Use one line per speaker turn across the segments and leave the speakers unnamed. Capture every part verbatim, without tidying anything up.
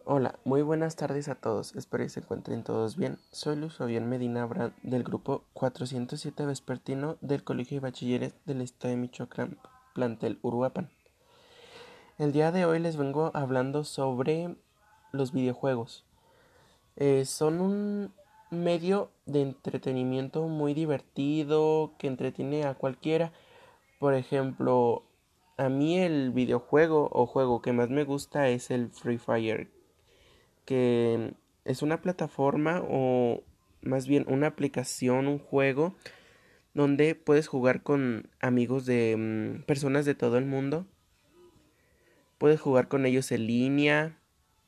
Hola, muy buenas tardes a todos, espero que se encuentren todos bien. Soy Luis Fabián Medina Abraham del grupo cuatrocientos siete Vespertino del Colegio de Bachilleres del Estado de Michoacán, plantel Uruapan. El día de hoy les vengo hablando sobre los videojuegos. Eh, son un medio de entretenimiento muy divertido que entretiene a cualquiera. Por ejemplo, a mí el videojuego o juego que más me gusta es el Free Fire, que es una plataforma o más bien una aplicación, un juego donde puedes jugar con amigos de mm, personas de todo el mundo. Puedes jugar con ellos en línea,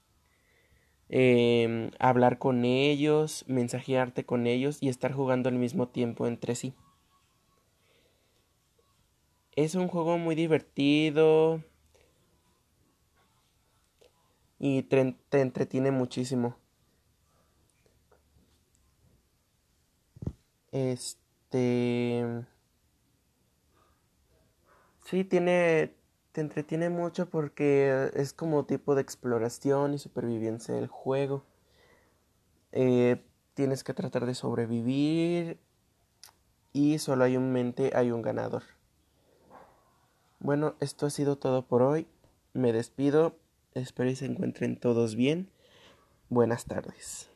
em, hablar con ellos, mensajearte con ellos y estar jugando al mismo tiempo entre sí. Es un juego muy divertido y te, te entretiene muchísimo. Este... Sí, tiene, te entretiene mucho porque es como tipo de exploración y supervivencia del juego. Eh, Tienes que tratar de sobrevivir y solo hay un mente, hay un ganador. Bueno, esto ha sido todo por hoy. Me despido. Espero y se encuentren todos bien. Buenas tardes.